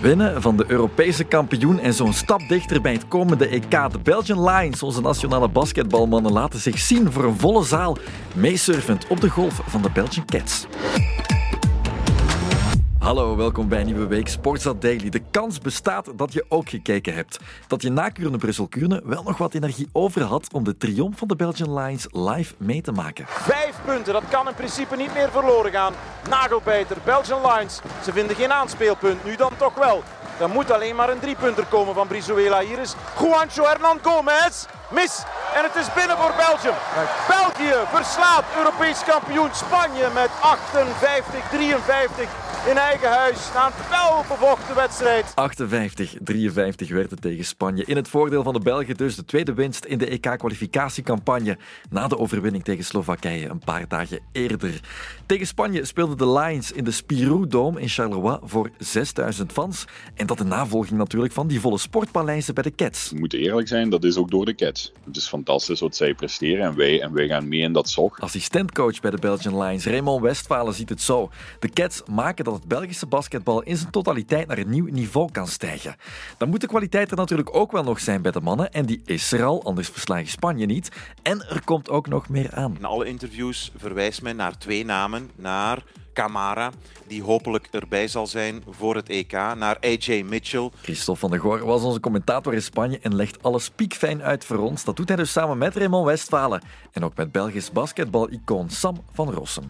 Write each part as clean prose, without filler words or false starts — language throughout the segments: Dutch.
Winnen van de Europese kampioen en zo'n stap dichter bij het komende EK. De Belgian Lions, onze nationale basketbalmannen, laten zich zien voor een volle zaal, meesurfend op de golf van de Belgian Cats. Hallo, welkom bij een nieuwe week Sportza Daily. De kans bestaat dat je ook gekeken hebt. Dat je na Kuurne-Brussel-Kuurne wel nog wat energie over had om de triomf van de Belgian Lions live mee te maken. 5 punten, dat kan in principe niet meer verloren gaan. Nagelbijter, Belgian Lions. Ze vinden geen aanspeelpunt, nu dan toch wel. Er moet alleen maar een 3-punter komen van Brizuela. Hier is Juancho Hernan Gomez. Mis. En het is binnen voor Belgium. België verslaat Europees kampioen Spanje met 58-53 in eigen huis. Na een felbevochten wedstrijd. 58-53 werd het tegen Spanje. In het voordeel van de Belgen dus de tweede winst in de EK-kwalificatiecampagne na de overwinning tegen Slowakije een paar dagen eerder. Tegen Spanje speelden de Lions in de Spirou Dome in Charleroi voor 6000 fans. En dat in navolging natuurlijk van die volle sportpaleizen bij de Cats. We moeten eerlijk zijn, dat is ook door de Cats. Het is fantastisch wat zij presteren en wij gaan mee in dat zog. Assistentcoach bij de Belgian Lions, Raymond Westphalen, ziet het zo. De Cats maken dat het Belgische basketbal in zijn totaliteit naar een nieuw niveau kan stijgen. Dan moet de kwaliteit er natuurlijk ook wel nog zijn bij de mannen. En die is er al, anders verslaag je Spanje niet. En er komt ook nog meer aan. In alle interviews verwijst men naar 2 namen. Naar Camara, die hopelijk erbij zal zijn voor het EK. Naar AJ Mitchell. Christophe van der Goor was onze commentator in Spanje en legt alles piekfijn uit voor ons. Dat doet hij dus samen met Raymond Westphalen. En ook met Belgisch basketbal-icoon Sam van Rossum.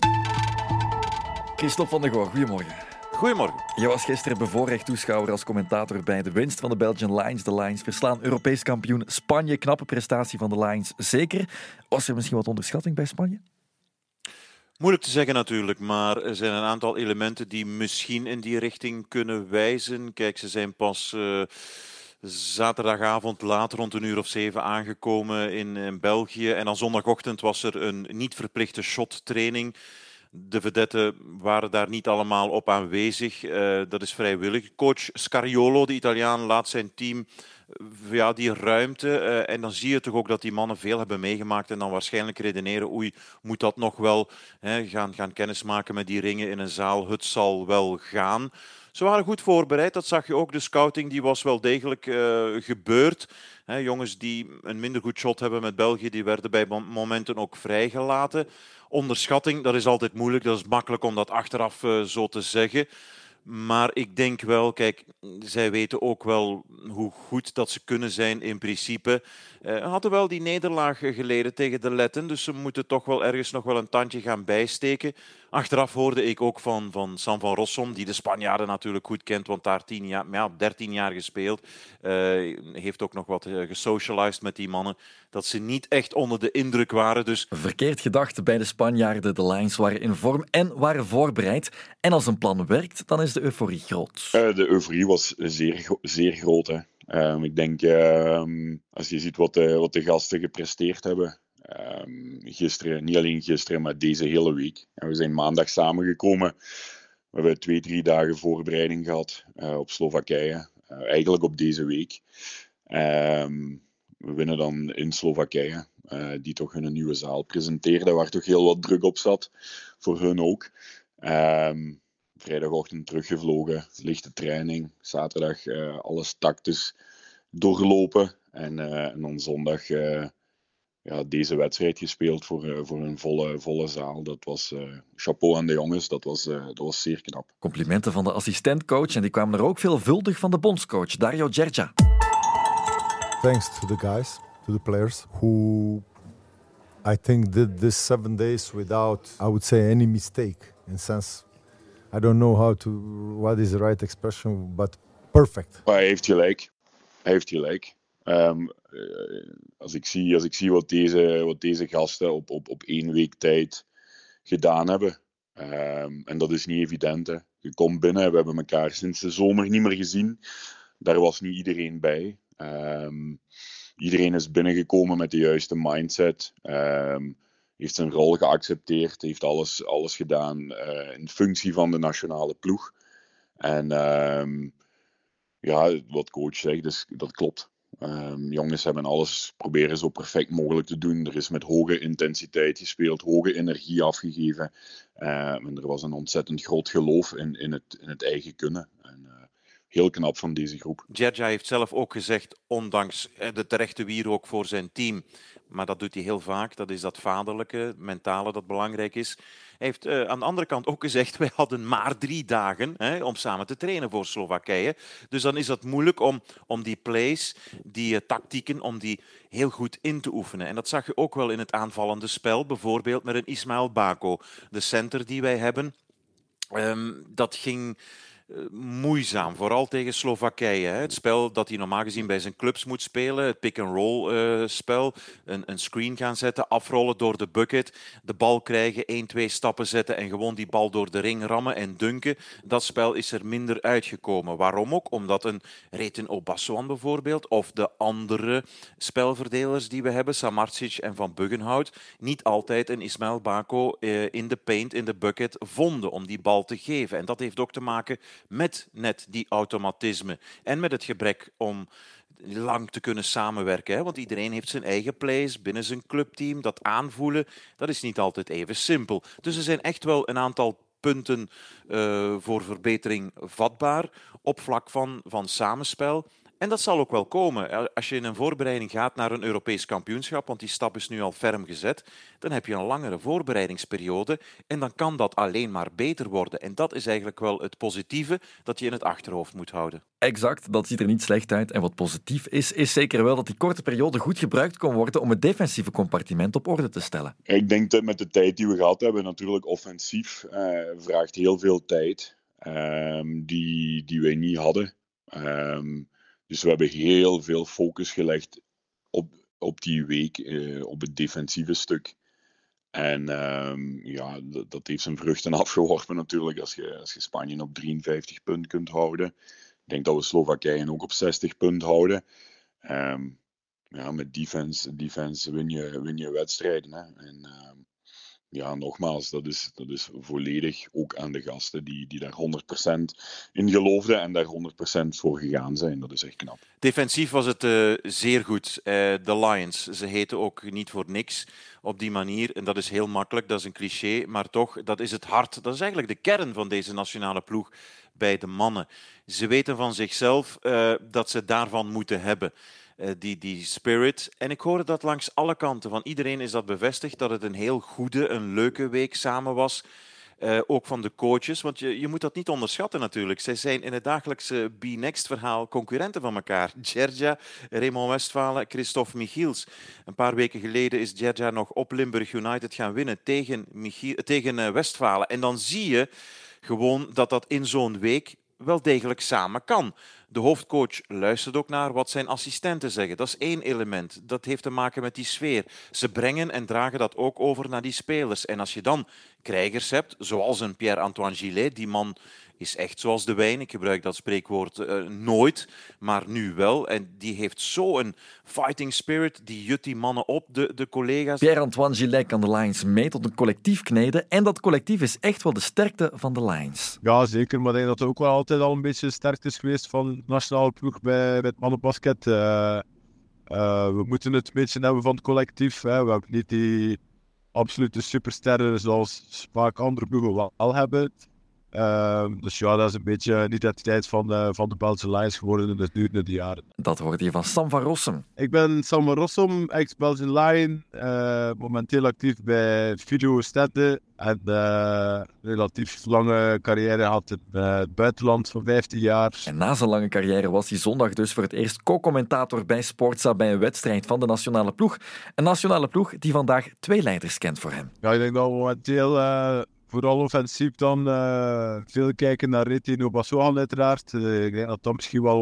Christophe van der Goor, goedemorgen. Goedemorgen. Je was gisteren bevoorrecht toeschouwer als commentator bij de winst van de Belgian Lions. De Lions verslaan Europees kampioen Spanje. Knappe prestatie van de Lions, zeker. Was er misschien wat onderschatting bij Spanje? Moeilijk te zeggen natuurlijk, maar er zijn een aantal elementen die misschien in die richting kunnen wijzen. Kijk, ze zijn pas zaterdagavond laat rond 7:00 aangekomen in België. En dan zondagochtend was er een niet verplichte shottraining. De vedetten waren daar niet allemaal op aanwezig. Dat is vrijwillig. Coach Scariolo, de Italiaan, laat zijn team die ruimte. En dan zie je toch ook dat die mannen veel hebben meegemaakt. En dan waarschijnlijk redeneren, moet dat nog wel gaan kennismaken met die ringen in een zaal. Het zal wel gaan. Ze waren goed voorbereid, dat zag je ook. De scouting die was wel degelijk gebeurd. Jongens die een minder goed shot hebben met België, die werden bij momenten ook vrijgelaten. Onderschatting, dat is altijd moeilijk. Dat is makkelijk om dat achteraf zo te zeggen. Maar ik denk wel, kijk, zij weten ook wel hoe goed dat ze kunnen zijn in principe. Hadden wel die nederlaag geleden tegen de Letten, dus ze moeten toch wel ergens nog wel een tandje gaan bijsteken. Achteraf hoorde ik ook van Sam van Rossum, die de Spanjaarden natuurlijk goed kent, want daar 13 jaar gespeeld. Heeft ook nog wat gesocialized met die mannen, dat ze niet echt onder de indruk waren. Dus verkeerd gedacht bij de Spanjaarden. De Lions waren in vorm en waren voorbereid. En als een plan werkt, dan is de euforie groot. De euforie was zeer groot. Hè. Ik denk, als je ziet wat de gasten gepresteerd hebben, gisteren, niet alleen gisteren, maar deze hele week. En we zijn maandag samengekomen. We hebben 2-3 dagen voorbereiding gehad op Slowakije. Eigenlijk op deze week. We winnen dan in Slowakije, die toch hun nieuwe zaal presenteerde, waar toch heel wat druk op zat. Voor hun ook. Vrijdagochtend teruggevlogen, lichte training. Zaterdag alles tactisch doorlopen. En dan zondag deze wedstrijd gespeeld voor een volle zaal. Dat was chapeau aan de jongens, dat was zeer knap. Complimenten van de assistentcoach en die kwamen er ook veelvuldig van de bondscoach Dario Gergia. Thanks to the guys, to the players who I think did this 7 days without, I would say, any mistake. In sense, I don't know what is the right expression, but perfect. Maar hij heeft gelijk. Als ik zie wat deze gasten op 1 week tijd gedaan hebben, en dat is niet evident. Hè. Je komt binnen, we hebben elkaar sinds de zomer niet meer gezien. Daar was niet iedereen bij. Iedereen is binnengekomen met de juiste mindset. Heeft zijn rol geaccepteerd. Heeft alles gedaan in functie van de nationale ploeg. En wat coach zegt, dus dat klopt. Jongens hebben alles proberen zo perfect mogelijk te doen. Er is met hoge intensiteit gespeeld, hoge energie afgegeven. En er was een ontzettend groot geloof in het eigen kunnen. En heel knap van deze groep. Djerja heeft zelf ook gezegd, ondanks de terechte wierook voor zijn team, maar dat doet hij heel vaak, dat is dat vaderlijke, mentale dat belangrijk is. Hij heeft aan de andere kant ook gezegd, wij hadden maar 3 dagen om samen te trainen voor Slowakije. Dus dan is dat moeilijk om die plays, die tactieken, om die heel goed in te oefenen. En dat zag je ook wel in het aanvallende spel, bijvoorbeeld met een Ismail Bako, de center die wij hebben. Dat ging moeizaam, vooral tegen Slowakije. Het spel dat hij normaal gezien bij zijn clubs moet spelen, het pick-and-roll spel, een screen gaan zetten, afrollen door de bucket, de bal krijgen, 1-2 stappen zetten en gewoon die bal door de ring rammen en dunken. Dat spel is er minder uitgekomen. Waarom ook? Omdat een Retin Obassoan bijvoorbeeld, of de andere spelverdelers die we hebben, Samardzic en Van Buggenhout, niet altijd een Ismail Bako in de paint, in de bucket vonden om die bal te geven. En dat heeft ook te maken met net die automatisme en met het gebrek om lang te kunnen samenwerken. Want iedereen heeft zijn eigen plays binnen zijn clubteam. Dat aanvoelen, dat is niet altijd even simpel. Dus er zijn echt wel een aantal punten voor verbetering vatbaar op vlak van samenspel. En dat zal ook wel komen. Als je in een voorbereiding gaat naar een Europees kampioenschap, want die stap is nu al ferm gezet, dan heb je een langere voorbereidingsperiode en dan kan dat alleen maar beter worden. En dat is eigenlijk wel het positieve dat je in het achterhoofd moet houden. Exact, dat ziet er niet slecht uit. En wat positief is zeker wel dat die korte periode goed gebruikt kon worden om het defensieve compartiment op orde te stellen. Ik denk dat met de tijd die we gehad hebben, natuurlijk offensief, vraagt heel veel tijd die wij niet hadden. Dus we hebben heel veel focus gelegd op die week, op het defensieve stuk. En dat heeft zijn vruchten afgeworpen natuurlijk, als je Spanje op 53 punten kunt houden. Ik denk dat we Slowakije ook op 60 punten houden. Met defense win je wedstrijden. Hè. En nogmaals, dat is volledig ook aan de gasten die daar 100% in geloofden en daar 100% voor gegaan zijn. Dat is echt knap. Defensief was het zeer goed. De Lions, ze heten ook niet voor niks op die manier. En dat is heel makkelijk, dat is een cliché. Maar toch, dat is het hart. Dat is eigenlijk de kern van deze nationale ploeg bij de mannen. Ze weten van zichzelf dat ze daarvan moeten hebben. Die spirit. En ik hoorde dat langs alle kanten. Van iedereen is dat bevestigd, dat het een heel goede, een leuke week samen was. Ook van de coaches, want je moet dat niet onderschatten natuurlijk. Zij zijn in het dagelijkse B-Next-verhaal concurrenten van elkaar. Djerja, Raymond Westphalen, Christophe Michiels. Een paar weken geleden is Djerja nog op Limburg United gaan winnen tegen Westphalen. En dan zie je gewoon dat in zo'n week wel degelijk samen kan. De hoofdcoach luistert ook naar wat zijn assistenten zeggen. Dat is 1 element. Dat heeft te maken met die sfeer. Ze brengen en dragen dat ook over naar die spelers. En als je dan krijgers hebt, zoals een Pierre-Antoine Gillet, die man is echt zoals de wijn. Ik gebruik dat spreekwoord nooit, maar nu wel. En die heeft zo'n fighting spirit. Die jut die mannen op, de collega's. Pierre-Antoine Gillet kan de Lions mee tot een collectief kneden. En dat collectief is echt wel de sterkte van de Lions. Ja, zeker. Maar ik denk dat het ook wel altijd al een beetje de sterkte is geweest van de nationale ploeg bij het mannenbasket. We moeten het een beetje hebben van het collectief. Hè. We hebben niet die absolute supersterren zoals vaak andere ploegen wel hebben. Dus ja, dat is een beetje niet de tijd van de Belgische Lions geworden in het duurde jaren. Dat hoorde je van Sam van Rossum. Ik ben Sam van Rossum, ex-Belgian Lion. Momenteel actief bij Video Stede. En relatief lange carrière had in het buitenland van 15 jaar. En na zijn lange carrière was hij zondag dus voor het eerst co-commentator bij Sportza bij een wedstrijd van de nationale ploeg. Een nationale ploeg die vandaag 2 leiders kent voor hem. Ja, ik denk dat we momenteel vooral offensief dan veel kijken naar Retin Obassoan uiteraard. Ik denk dat dat misschien wel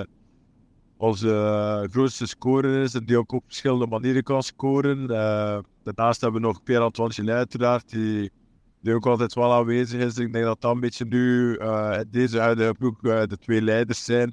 onze grootste scorer is en die ook op verschillende manieren kan scoren. Daarnaast hebben we nog Pierre-Antoine Gillet uiteraard, die ook altijd wel aanwezig is. Ik denk dat dat een beetje nu deze huidige ploeg de 2 leiders zijn.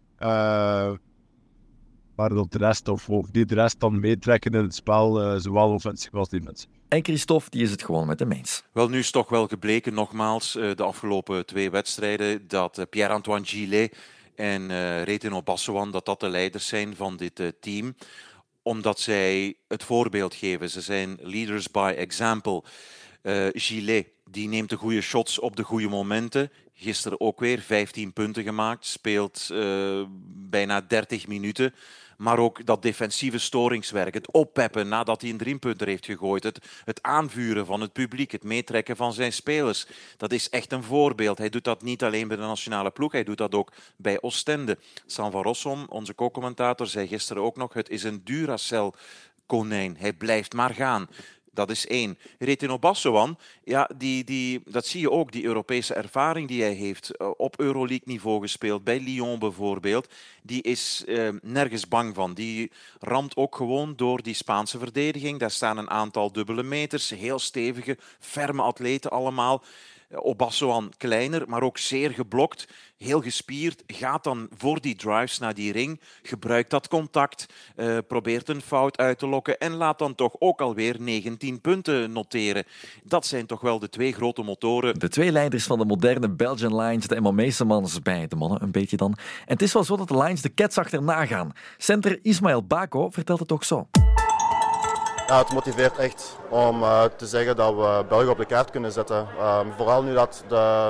Maar dat de rest, of die de rest dan meetrekken in het spel, zowel offensief als defensief. En Christophe, die is het gewoon met hem eens. Wel, nu is toch wel gebleken, nogmaals, de afgelopen 2 wedstrijden, dat Pierre-Antoine Gillet en Retin Obassoan, dat de leiders zijn van dit team. Omdat zij het voorbeeld geven. Ze zijn leaders by example. Gillet, die neemt de goede shots op de goede momenten. Gisteren ook weer 15 punten gemaakt, speelt bijna 30 minuten. Maar ook dat defensieve storingswerk, het oppeppen nadat hij een 3-punter heeft gegooid, het aanvuren van het publiek, het meetrekken van zijn spelers. Dat is echt een voorbeeld. Hij doet dat niet alleen bij de nationale ploeg, hij doet dat ook bij Oostende. Sam van Rossum, onze co-commentator, zei gisteren ook nog, het is een Duracell-konijn. Hij blijft maar gaan. Dat is 1. Retino Bassoan, ja, dat zie je ook, die Europese ervaring die hij heeft. Op Euroleague-niveau gespeeld, bij Lyon bijvoorbeeld. Die is nergens bang van. Die ramt ook gewoon door die Spaanse verdediging. Daar staan een aantal dubbele meters, heel stevige, ferme atleten allemaal. Obassoan kleiner, maar ook zeer geblokt, heel gespierd, gaat dan voor die drives naar die ring, gebruikt dat contact, probeert een fout uit te lokken en laat dan toch ook alweer 19 punten noteren. Dat zijn toch wel de 2 grote motoren. De 2 leiders van de moderne Belgian Lions, de Emma Meesemans bij de mannen een beetje dan. En het is wel zo dat de Lions de Cats achterna gaan. Center Ismaël Bako vertelt het ook zo. Ja, het motiveert echt om te zeggen dat we België op de kaart kunnen zetten. Vooral nu dat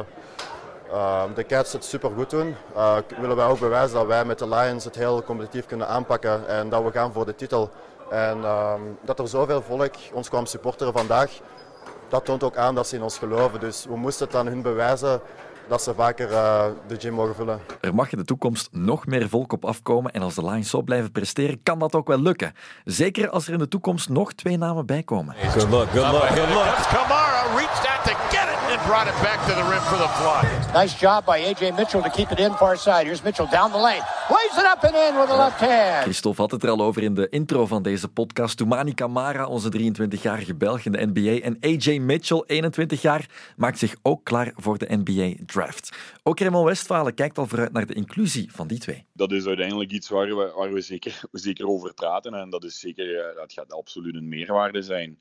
de Cats het supergoed doen, willen wij ook bewijzen dat wij met de Lions het heel competitief kunnen aanpakken en dat we gaan voor de titel. En dat er zoveel volk ons kwam supporteren vandaag, dat toont ook aan dat ze in ons geloven. Dus we moesten het aan hun bewijzen dat ze vaker de gym mogen vullen. Er mag in de toekomst nog meer volk op afkomen en als de Lions zo blijven presteren, kan dat ook wel lukken. Zeker als er in de toekomst nog 2 namen bijkomen. Good luck, good luck, good luck. Kamara reached out to get it and brought it back to the rim for the fly. Nice job by A.J. Mitchell to keep it in far side. Here's Mitchell down the lane. Waves it up and in with the left hand. Christophe had het er al over in de intro van deze podcast. Toumani Camara, onze 23-jarige Belg in de NBA. En A.J. Mitchell, 21 jaar, maakt zich ook klaar voor de NBA-draft. Ook Raymond Westphalen kijkt al vooruit naar de inclusie van die 2. Dat is uiteindelijk iets waar we zeker over praten. En dat is zeker, dat gaat absoluut een meerwaarde zijn.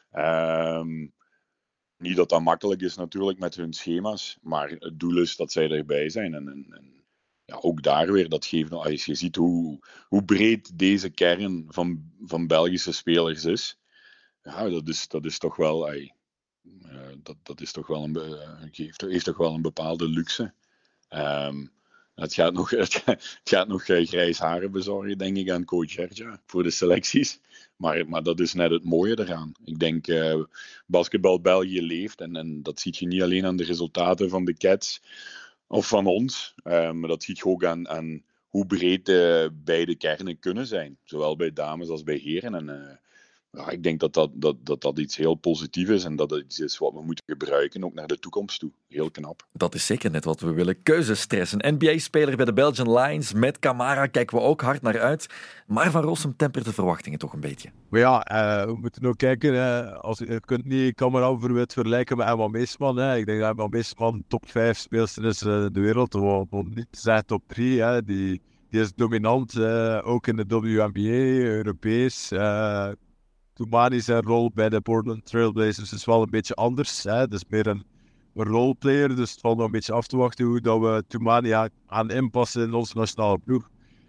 Niet dat dat makkelijk is natuurlijk met hun schema's. Maar het doel is dat zij erbij zijn. En ja, ook daar weer, dat geeft, als je ziet hoe breed deze kern van Belgische spelers is. Ja, dat is toch wel... Dat is toch wel heeft toch wel een bepaalde luxe. Het gaat nog grijs haren bezorgen, denk ik, aan coach Gerja voor de selecties. Maar dat is net het mooie eraan. Ik denk, basketbal België leeft. En dat zie je niet alleen aan de resultaten van de Cats of van ons. Maar dat zie je ook aan hoe breed beide kernen kunnen zijn. Zowel bij dames als bij heren. En ja, ik denk dat iets heel positiefs is en dat het iets is wat we moeten gebruiken, ook naar de toekomst toe. Heel knap. Dat is zeker net wat we willen. Keuzestress. Een NBA-speler bij de Belgian Lions met Camara kijken we ook hard naar uit. Maar Van Rossum tempert de verwachtingen toch een beetje. Maar ja, we moeten ook kijken. Je kunt niet Camara bijvoorbeeld vergelijken met Emma Meesman. Ik denk dat Emma Meesman top 5 speelster is in de wereld. Of niet zeggen top 3. Die is dominant, ook in de WNBA, Europees. Toumani zijn rol bij de Portland Trailblazers is wel een beetje anders. Het is meer een roleplayer, dus het valt nog een beetje af te wachten hoe dat we Toumani gaan inpassen in onze nationale ploeg.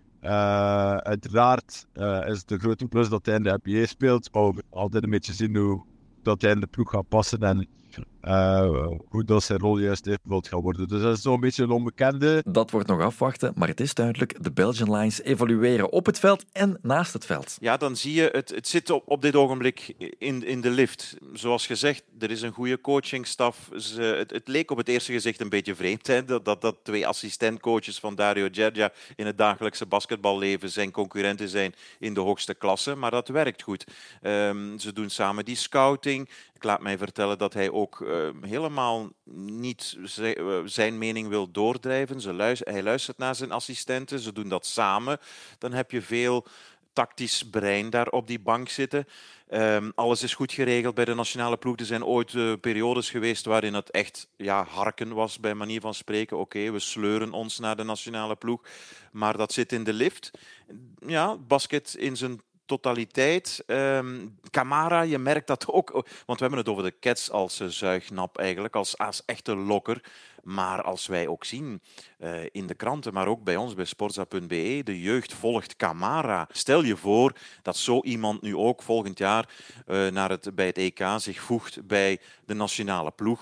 Uiteraard is het een grote plus dat hij in de NBA speelt, maar we moeten altijd een beetje zien hoe dat hij in de ploeg gaat passen en hoe dat zijn rol juist ingevuld gaat worden. Dus dat is zo'n beetje een onbekende. Dat wordt nog afwachten, maar het is duidelijk, de Belgian Lions evolueren op het veld en naast het veld. Ja, dan zie je, het zit op dit ogenblik in de lift. Zoals gezegd, er is een goede coachingstaf. Het leek op het eerste gezicht een beetje vreemd, hè, dat 2 assistentcoaches van Dario Gergia in het dagelijkse basketballeven zijn concurrenten zijn in de hoogste klasse, maar dat werkt goed. Ze doen samen die scouting. Ik laat mij vertellen dat hij ook helemaal niet zijn mening wil doordrijven. Hij luistert naar zijn assistenten, ze doen dat samen. Dan heb je veel tactisch brein daar op die bank zitten. Alles is goed geregeld bij de nationale ploeg. Er zijn ooit periodes geweest waarin het echt harken was, bij manier van spreken. Oké, we sleuren ons naar de nationale ploeg. Maar dat zit in de lift. Ja, basket in zijn totaliteit. Camara, je merkt dat ook. Want we hebben het over de Cats als zuignap eigenlijk, als echte lokker. Maar als wij ook zien in de kranten, maar ook bij ons bij sportza.be, de jeugd volgt Camara. Stel je voor dat zo iemand nu ook volgend jaar bij het EK zich voegt bij de nationale ploeg.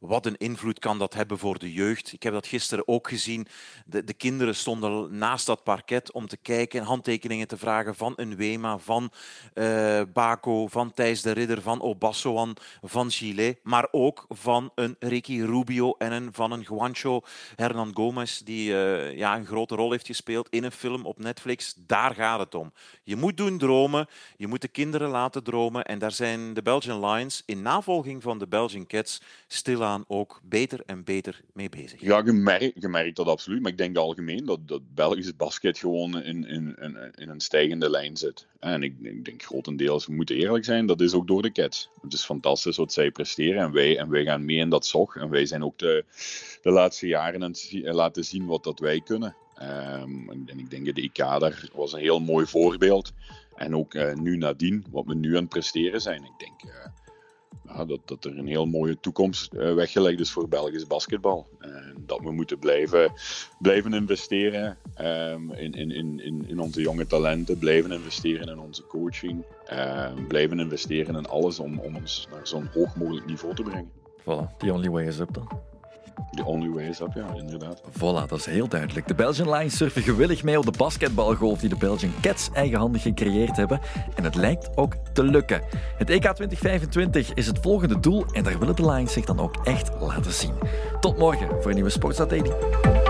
wat een invloed kan dat hebben voor de jeugd. Ik heb dat gisteren ook gezien. De kinderen stonden naast dat parket om te kijken, handtekeningen te vragen van een Wema, van Bako, van Thijs de Ridder, van Obassoan, van Gillet, maar ook van een Ricky Rubio en van een Juancho Hernan Gomez, die een grote rol heeft gespeeld in een film op Netflix. Daar gaat het om. Je moet doen dromen, je moet de kinderen laten dromen en daar zijn de Belgian Lions in navolging van de Belgian Cats stilaan ook beter en beter mee bezig. Ja, je merkt dat absoluut, maar ik denk algemeen dat Belgisch basket gewoon in een stijgende lijn zit. En ik denk grotendeels, we moeten eerlijk zijn, dat is ook door de Cats. Het is fantastisch wat zij presteren en wij gaan mee in dat zog. En wij zijn ook de laatste jaren aan het laten zien wat dat wij kunnen. En ik denk dat de EK daar was een heel mooi voorbeeld. En ook nu nadien, wat we nu aan het presteren zijn. Ik denk dat er een heel mooie toekomst weggelegd is voor Belgisch basketbal. En dat we moeten blijven investeren in onze jonge talenten, blijven investeren in onze coaching, blijven investeren in alles om ons naar zo'n hoog mogelijk niveau te brengen. Voilà, the only way is up dan. The only way is up, ja, inderdaad. Voilà, dat is heel duidelijk. De Belgian Lions surfen gewillig mee op de basketbalgolf die de Belgian Cats eigenhandig gecreëerd hebben. En het lijkt ook te lukken. Het EK 2025 is het volgende doel en daar willen de Lions zich dan ook echt laten zien. Tot morgen voor een nieuwe Sportstad Daily.